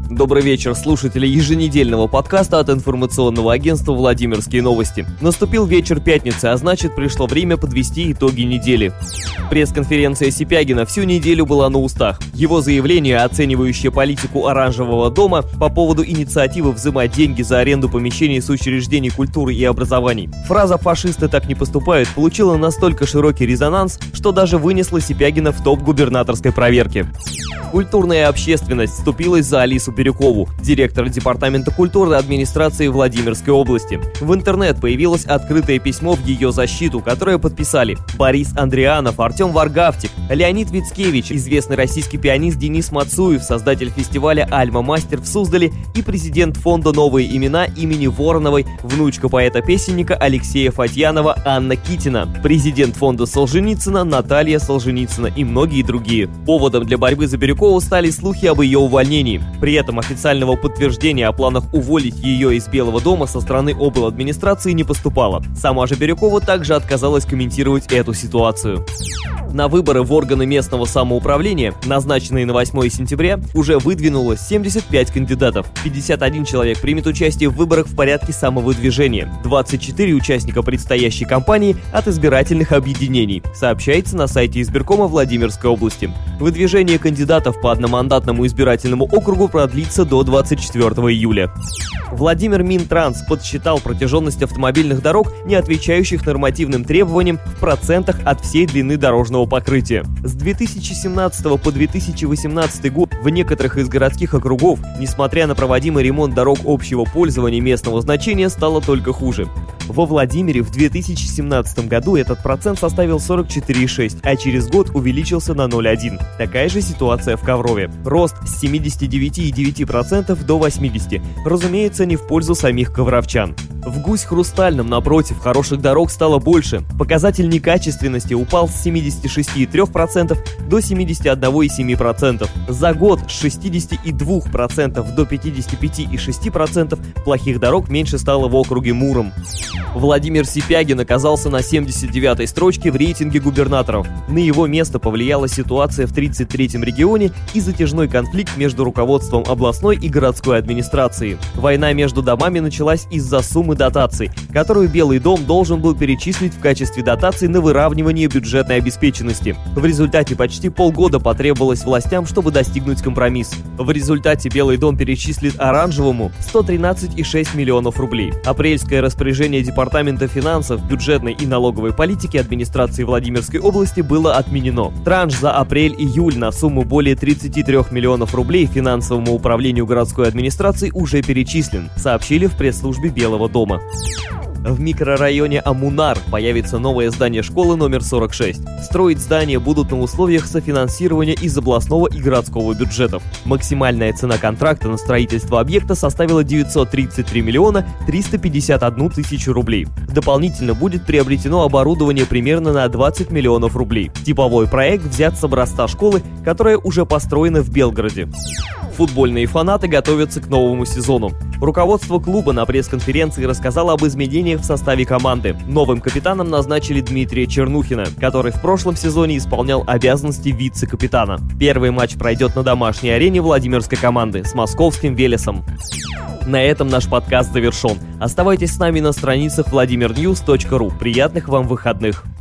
Добрый вечер, слушатели еженедельного подкаста от информационного агентства «Владимирские новости». Наступил вечер пятницы, а значит, пришло время подвести итоги недели. Пресс-конференция Сипягина всю неделю была на устах. Его заявление, оценивающее политику Оранжевого дома по поводу инициативы взимать деньги за аренду помещений с учреждений культуры и образований. Фраза «фашисты так не поступают» получила настолько широкий резонанс, что даже вынесла Сипягина в топ губернаторской проверки. Культурная общественность вступилась за Алису Бирюкову, директора департамента культуры администрации Владимирской области. В интернет появилось открытое письмо в ее защиту, которое подписали Борис Андрианов, Артем Варгавтик, Леонид Вицкевич, известный российский пианист Денис Мацуев, создатель фестиваля «Альма-Мастер» в Суздале и президент фонда «Новые имена» имени Вороновой, внучка поэта-песенника Алексея Фатьянова Анна Китина, президент фонда Солженицына Наталья Солженицына и многие другие. Поводом для борьбы за Бирюкову стали слухи об ее увольнении. При этом официального подтверждения о планах уволить ее из Белого дома со стороны обладминистрации не поступало. Сама же Бирюкова также отказалась комментировать эту ситуацию. На выборы в органы местного самоуправления, назначенные на 8 сентября, уже выдвинулось 75 кандидатов. 51 человек примет участие в выборах в порядке самовыдвижения. 24 участника предстоящей кампании от избирательных объединений, сообщается на сайте избиркома Владимирской области. Выдвижение кандидатов по одномандатному избирательному округу продлится до 24 июля. Владимир Минтранс подсчитал протяженность автомобильных дорог, не отвечающих нормативным требованиям, в процентах от всей длины дорожного покрытия. С 2017 по 2018 год в некоторых из городских округов, несмотря на проводимый ремонт дорог общего пользования местного значения, стало только хуже. Во Владимире в 2017 году этот процент составил 44,6, а через год увеличился на 0,1. Такая же ситуация в Коврове. Рост с 79,9% до 80%. Разумеется, не в пользу самих ковровчан. В Гусь-Хрустальном, напротив, хороших дорог стало больше. Показатель некачественности упал с 76,3% до 71,7%. За год с 62% до 55,6% плохих дорог меньше стало в округе Муром. Владимир Сипягин оказался на 79-й строчке в рейтинге губернаторов. На его место повлияла ситуация в 33-м регионе и затяжной конфликт между руководством областной и городской администрации. Война между домами началась из-за суммы дотаций, которую Белый дом должен был перечислить в качестве дотаций на выравнивание бюджетной обеспеченности. В результате почти полгода потребовалось властям, чтобы достигнуть компромисс. В результате Белый дом перечислит Оранжевому 113,6 миллионов рублей. Апрельское распоряжение Департамента финансов, бюджетной и налоговой политики администрации Владимирской области было отменено. Транш за апрель-июль на сумму более 33 миллионов рублей финансовому управлению городской администрации уже перечислен, сообщили в пресс-службе Белого дома. В микрорайоне Амунар появится новое здание школы номер 46. Строить здание будут на условиях софинансирования из областного и городского бюджетов. Максимальная цена контракта на строительство объекта составила 933 миллиона 351 тысячу рублей. Дополнительно будет приобретено оборудование примерно на 20 миллионов рублей. Типовой проект взят с образца школы, которая уже построена в Белгороде. Футбольные фанаты готовятся к новому сезону. Руководство клуба на пресс-конференции рассказало об изменениях в составе команды. Новым капитаном назначили Дмитрия Чернухина, который в прошлом сезоне исполнял обязанности вице-капитана. Первый матч пройдет на домашней арене Владимирской команды с московским «Велесом». На этом наш подкаст завершен. Оставайтесь с нами на страницах vladimirnews.ru. Приятных вам выходных!